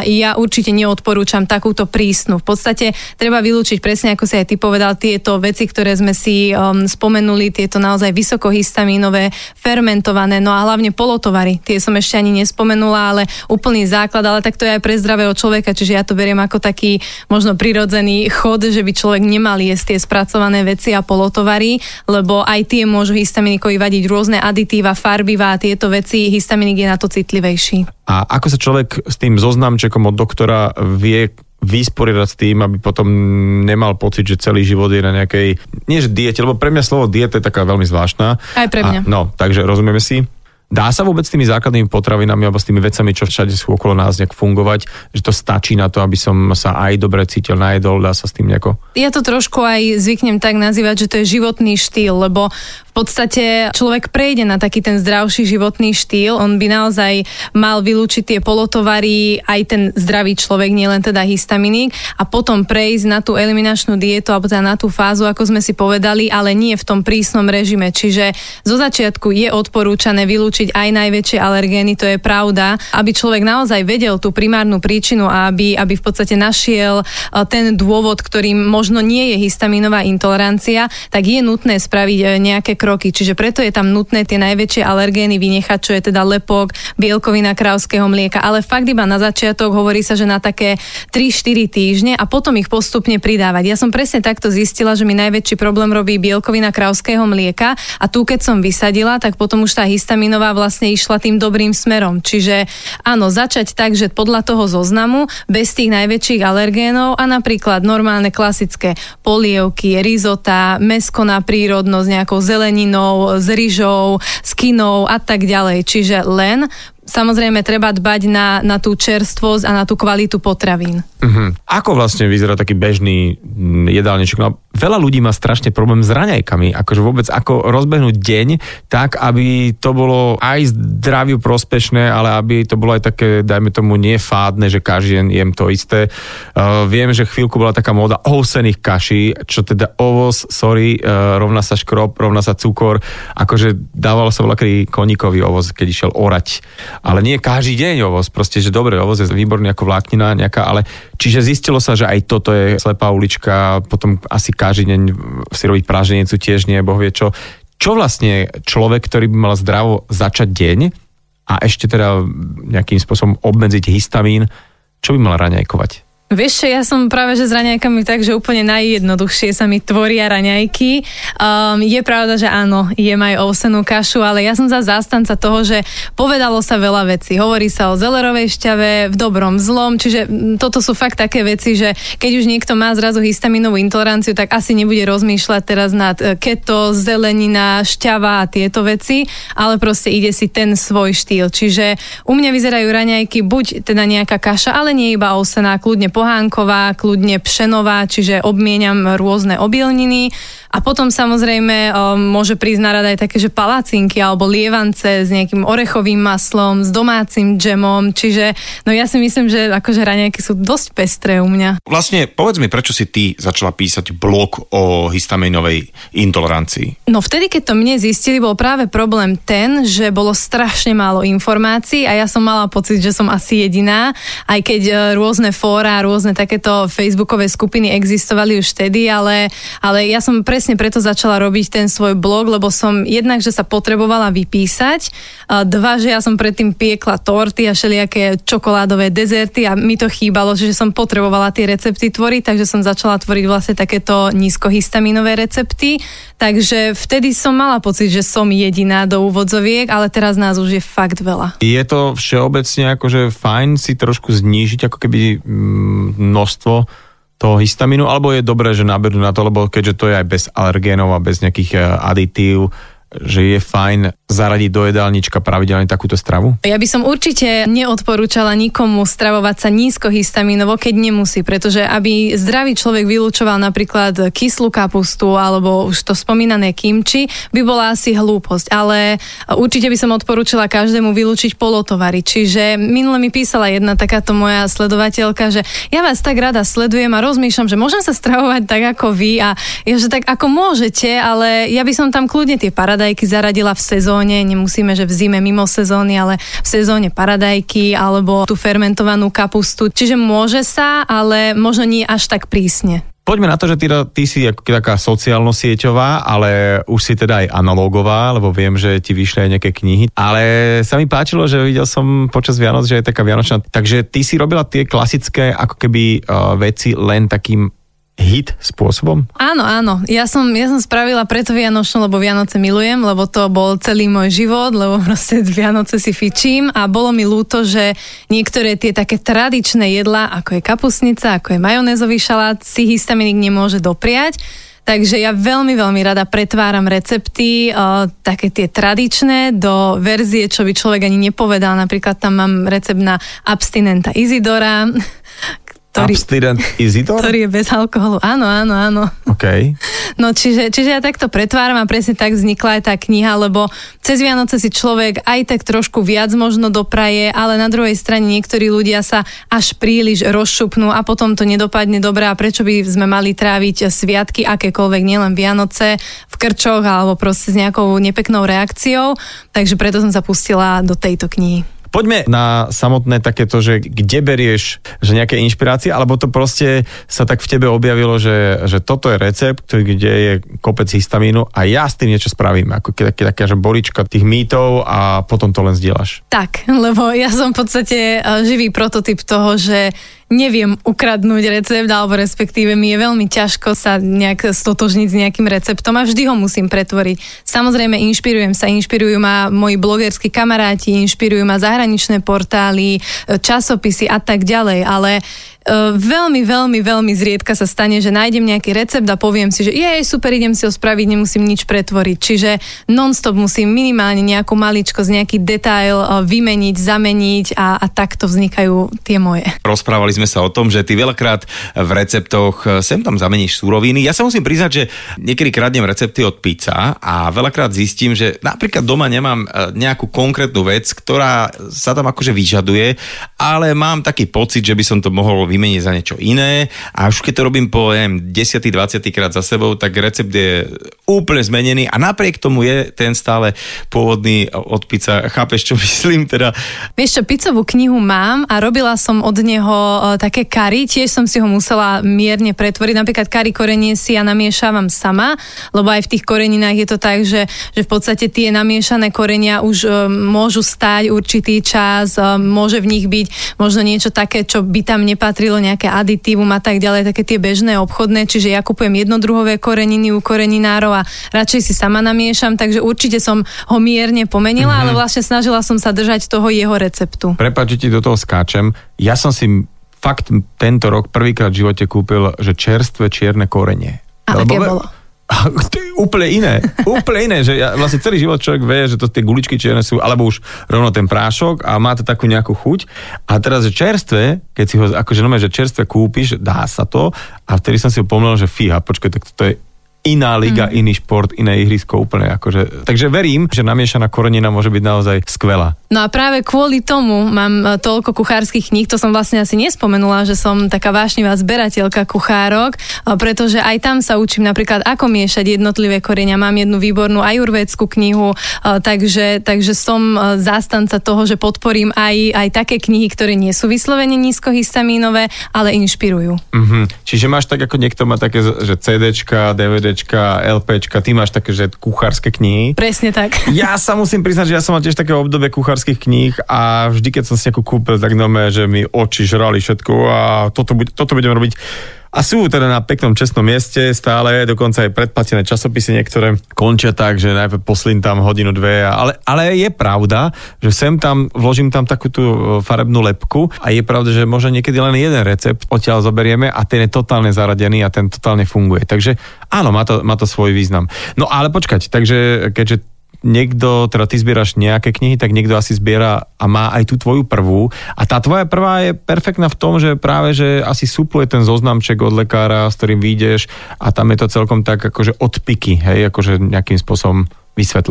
a ja určite neodporúčam takúto prísnu. V podstate treba vylúčiť presne, ako si aj ty povedal, tieto veci, ktoré sme si um, spomenuli, tieto naozaj vysokohistamínové, fermentované, no a hlavne polotovary. Tie som ešte ani nespomenula, ale úplný základ, ale tak to je aj pre zdravého človeka, čiže ja to beriem ako taký možno prirodzený chod, že by človek nemal jesť tie spracované veci a polotovary, lebo aj tie môžu histaminikovi vadiť rôzne aditíva, farbivá a tieto veci, histaminik je na to citlivejší. A ako sa človek s tým zoznamčekom od doktora vie vysporiadať s tým, aby potom nemal pocit, že celý život je na nejakej, nie že diete, lebo pre mňa slovo dieta je taká veľmi zvláštna. Aj pre mňa. A, no, takže rozumieme si. Dá sa vôbec s tými základnými potravinami alebo s tými vecami, čo všade sú okolo nás, nejak fungovať, že to stačí na to, aby som sa aj dobre cítil, najedol, dá sa s tým nejako? Ja to trošku aj zvyknem tak nazývať, že to je životný štýl, lebo v podstate človek prejde na taký ten zdravší životný štýl, on by naozaj mal vylúčiť tie polotovary, aj ten zdravý človek, nielen teda histaminik, a potom prejsť na tú eliminačnú dietu alebo teda na tú fázu, ako sme si povedali, ale nie v tom prísnom režime. Čiže zo začiatku je odporúčané vylúčiť aj najväčšie alergény, to je pravda, aby človek naozaj vedel tú primárnu príčinu a aby, aby v podstate našiel ten dôvod, ktorým možno nie je histaminová intolerancia, tak je nutné spraviť nejaké kroky. Čiže preto je tam nutné tie najväčšie alergény vynechať, čo je teda lepok, bielkovina krávskeho mlieka, ale fakt iba na začiatok hovorí sa, že na také tri štyri týždne a potom ich postupne pridávať. Ja som presne takto zistila, že mi najväčší problém robí bielkovina krávskeho mlieka a tu keď som vysadila, tak potom už tá histaminová vlastne išla tým dobrým smerom. Čiže áno, začať tak, že podľa toho zoznamu, bez tých najväčších alergénov a napríklad normálne klasické polievky, risotá, mäsko na prírodnosť, nejakou zeleninou, s ryžou, s kinou a tak ďalej. Čiže len samozrejme treba dbať na, na tú čerstvosť a na tú kvalitu potravín. Uh-huh. Ako vlastne vyzerá taký bežný jedálniček? No, veľa ľudí má strašne problém s raňajkami. Akože vôbec ako rozbehnúť deň tak, aby to bolo aj zdraviu prospešné, ale aby to bolo aj také, dajme tomu, nefádne, že každý deň jem to isté. Uh, viem, že chvíľku bola taká móda ovsených kaší, čo teda ovoz, sorry, uh, rovná sa škrob, rovná sa cukor. Akože dával sa voľaký koníkový ovoz, keď išiel orať. Ale nie každý deň ovoz, proste, že dobre, ovoz je výborný ako vláknina nejaká, ale čiže zistilo sa, že aj toto je slepá ulička, potom asi každý deň si robiť praženicu tiež nie, boh vie čo. Čo vlastne človek, ktorý by mal zdravo začať deň a ešte teda nejakým spôsobom obmedziť histamín, čo by mal raňajkovať? Vieš čo, ja som práve že s raňajkami tak, že úplne najjednoduchšie sa mi tvoria raňajky. Um, je pravda, že áno, jem aj ovsenú kašu, ale ja som za zástanca toho, že povedalo sa veľa vecí. Hovorí sa o zelerovej šťave, v dobrom, zlom, čiže toto sú fakt také veci, že keď už niekto má zrazu histaminovú intoleranciu, tak asi nebude rozmýšľať teraz nad keto, zelenina, šťava a tieto veci, ale proste ide si ten svoj štýl. Čiže u mňa vyzerajú raňajky buď teda nejaká kaša, ale nie iba ovsená, kľudne pohánková, kľudne pšenová, čiže obmieniam rôzne obilniny a potom samozrejme um, môže prísť na rad aj také, že palacinky alebo lievance s nejakým orechovým maslom, s domácim džemom, čiže no ja si myslím, že akože raňajky sú dosť pestré u mňa. Vlastne povedz mi, prečo si ty začala písať blog o histaminovej intolerancii? No vtedy, keď to mne zistili, bol práve problém ten, že bolo strašne málo informácií a ja som mala pocit, že som asi jediná, aj keď rôzne fóra, rôzne takéto facebookové skupiny existovali už vtedy, ale, ale ja som presne preto začala robiť ten svoj blog, lebo som jednak, že sa potrebovala vypísať, dva, že ja som predtým piekla torty a všelijaké čokoládové dezerty a mi to chýbalo, že som potrebovala tie recepty tvoriť, takže som začala tvoriť vlastne takéto nízkohistaminové recepty, takže vtedy som mala pocit, že som jediná do úvodzoviek, ale teraz nás už je fakt veľa. Je to všeobecne akože fajn si trošku znížiť ako keby množstvo toho histamínu, alebo je dobré, že naberú na to, lebo keďže to je aj bez alergénov a bez nejakých aditív, že je fajn zaradiť do jedálnička pravidelne takúto stravu? Ja by som určite neodporúčala nikomu stravovať sa nízkohistamínovo, keď nemusí, pretože aby zdravý človek vylúčoval napríklad kyslú kapustu alebo už to spomínané kimči, by bola asi hlúposť, ale určite by som odporúčila každému vylúčiť polotovary. Čiže minule mi písala jedna takáto moja sledovateľka, že ja vás tak rada sledujem a rozmýšľam, že môžem sa stravovať tak ako vy a ja, že tak ako môžete, ale ja by som tam kľudne tie paradajky paradajky zaradila v sezóne, nemusíme, že v zime mimo sezóny, ale v sezóne paradajky alebo tú fermentovanú kapustu. Čiže môže sa, ale možno nie až tak prísne. Poďme na to, že ty, ty si ako taká sociálno-sieťová, ale už si teda aj analogová, lebo viem, že ti vyšli aj nejaké knihy. Ale sa mi páčilo, že videl som počas Vianoc, že je taká vianočná. Takže ty si robila tie klasické ako keby uh, veci len takým hit spôsobom? Áno, áno. Ja som, ja som spravila preto Vianočnú, lebo Vianoce milujem, lebo to bol celý môj život, lebo proste Vianoce si fičím a bolo mi ľúto, že niektoré tie také tradičné jedlá, ako je kapustnica, ako je majonézový šalát, si histaminik nemôže dopriať. Takže ja veľmi, veľmi rada pretváram recepty, uh, také tie tradičné, do verzie, čo by človek ani nepovedal. Napríklad tam mám recept na abstinenta Izidora, Ktorý, Abstinent Izidor? Ktorý je bez alkoholu. Áno, áno, áno. OK. No čiže, čiže ja takto pretváram a presne tak vznikla aj tá kniha, lebo cez Vianoce si človek aj tak trošku viac možno dopraje, ale na druhej strane niektorí ľudia sa až príliš rozšupnú a potom to nedopadne dobre a prečo by sme mali tráviť sviatky akékoľvek, nielen Vianoce, v krčoch alebo proste s nejakou nepeknou reakciou. Takže preto som sa pustila do tejto knihy. Poďme na samotné takéto, že kde berieš že nejaké inšpirácie, alebo to proste sa tak v tebe objavilo, že, že toto je recept, kde je kopec histamínu a ja s tým niečo spravím, ako taká, taká že bolička tých mýtov a potom to len zdieľaš. Tak, lebo ja som v podstate živý prototyp toho, že neviem ukradnúť recept, alebo respektíve mi je veľmi ťažko sa nejak stotožniť s nejakým receptom a vždy ho musím pretvoriť. Samozrejme, inšpirujem sa, inšpirujú ma moji blogerskí kamaráti, inšpirujú ma zahraničné portály, časopisy a tak ďalej, ale Uh, veľmi, veľmi, veľmi zriedka sa stane, že nájdem nejaký recept a poviem si, že jej, super, idem si ho spraviť, nemusím nič pretvoriť. Čiže non-stop musím minimálne nejakú maličkosť, nejaký detail uh, vymeniť, zameniť a, a takto vznikajú tie moje. Rozprávali sme sa o tom, že ty veľakrát v receptoch sem tam zameníš suroviny. Ja sa musím priznať, že niekedy kradnem recepty od pizza a veľakrát zistím, že napríklad doma nemám nejakú konkrétnu vec, ktorá sa tam akože vyžaduje, ale mám taký pocit, že by som to mohol vymeniť za niečo iné a už keď to robím po desať dvadsať krát za sebou, tak recept je úplne zmenený a napriek tomu je ten stále pôvodný od pizza. Chápeš, čo myslím? Teda... Vieš čo, pizzovú knihu mám a robila som od neho také kari, tiež som si ho musela mierne pretvoriť. Napríklad kari korenie si ja namiešavam sama, lebo aj v tých koreninách je to tak, že, že v podstate tie namiešané korenia už um, môžu stáť určitý čas, um, môže v nich byť možno niečo také, čo by tam nepatrilo, nejaké aditívum a tak ďalej, také tie bežné obchodné, čiže ja kupujem jednodruhové koreniny u koreninárov a radšej si sama namiešam, takže určite som ho mierne pomenila, mm-hmm. ale vlastne snažila som sa držať toho jeho receptu. Prepáč, že ti do toho skáčem. Ja som si fakt tento rok prvýkrát v živote kúpil, že čerstvé čierne korenie. A aké bolo? To je úplne iné, úplne iné, že ja, vlastne celý život človek vie, že to tie guličky čierne sú, alebo už rovno ten prášok a má to takú nejakú chuť. A teraz, že čerstvé, keď si ho, akože nomé, že čerstvé kúpiš, dá sa to a vtedy som si ho pomýlil, že fíha, počkaj, tak to je iná liga, mm. iný šport, iné ihrisko úplne. Akože. Takže verím, že namiešaná korenina môže byť naozaj skvelá. No a práve kvôli tomu mám toľko kuchárskych kníh, to som vlastne asi nespomenula, že som taká vášnivá zberateľka kuchárok, pretože aj tam sa učím napríklad, ako miešať jednotlivé korenia. Mám jednu výbornú ajurvédsku knihu, takže, takže som zástanca toho, že podporím aj, aj také knihy, ktoré nie sú vyslovene nízkohistamínové, ale inšpirujú. Mm-hmm. Čiže máš tak, ako niekto má také, že CDčka, DVDčka, LPčka, ty máš také, že kuchárske knihy. Presne tak. Ja sa musím priznať, že ja som mal tiež také obdobie kuchárskych kníh a vždy, keď som si nejakú kúpil, tak nové, že mi oči žrali všetko a toto, toto budem robiť. A sú teda na peknom čestnom mieste stále, dokonca aj predplatené časopisy niektoré končia tak, že najprv poslím tam hodinu, dve, ale, ale je pravda, že sem tam, vložím tam takú tú farebnú lepku a je pravda, že možno niekedy len jeden recept odtiaľ zoberieme a ten je totálne zaradený a ten totálne funguje. Takže áno, má to, má to svoj význam. No ale počkať, takže keďže niekto, teda ty zbieraš nejaké knihy, tak niekto asi zbiera a má aj tú tvoju prvú. A tá tvoja prvá je perfektná v tom, že práve, že asi supluje ten zoznamček od lekára, s ktorým vyjdeš a tam je to celkom tak akože odpiky, hej, akože nejakým spôsobom vysvetlené.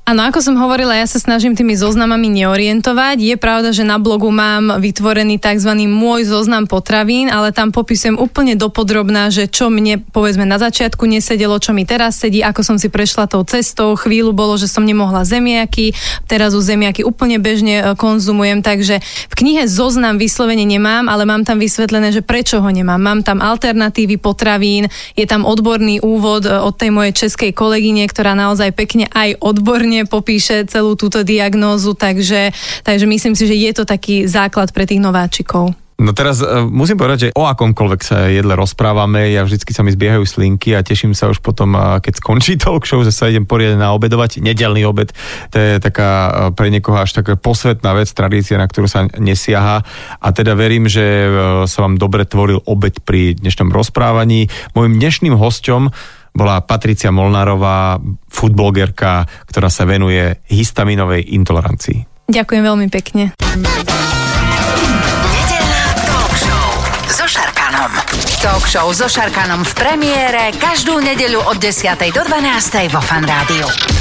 Áno, ako som hovorila, ja sa snažím tými zoznamami neorientovať. Je pravda, že na blogu mám vytvorený tzv. Môj zoznam potravín, ale tam popisujem úplne dopodrobná, že čo mne povedzme na začiatku nesedelo, čo mi teraz sedí, ako som si prešla tou cestou. Chvíľu bolo, že som nemohla zemiaky, teraz už zemiaky úplne bežne konzumujem, takže v knihe zoznam vyslovene nemám, ale mám tam vysvetlené, že prečo ho nemám. Mám tam alternatívy potravín, je tam odborný úvod od tej mojej českej kolegyne, ktorá naozaj pekne aj odborne popíše celú túto diagnózu, takže, takže myslím si, že je to taký základ pre tých nováčikov. No teraz uh, musím povedať, že o akomkoľvek sa jedle rozprávame, ja vždycky sa mi zbiehajú slinky a teším sa už potom, uh, keď skončí talk show, že sa idem poriadne naobedovať. Nedeľný obed, to je taká uh, pre niekoho až taká posvetná vec, tradícia, na ktorú sa nesiaha. A teda verím, že uh, sa vám dobre tvoril obed pri dnešnom rozprávaní. Mojím dnešným hosťom bola Patricia Molnárová, foodblogerka, ktorá sa venuje histaminovej intolerancii. Ďakujem veľmi pekne. Nedeľná talk show so Šarkanom. Talk show so Šarkanom v premiére každú nedeľu od desiatej do dvanástej vo Fan Rádiu.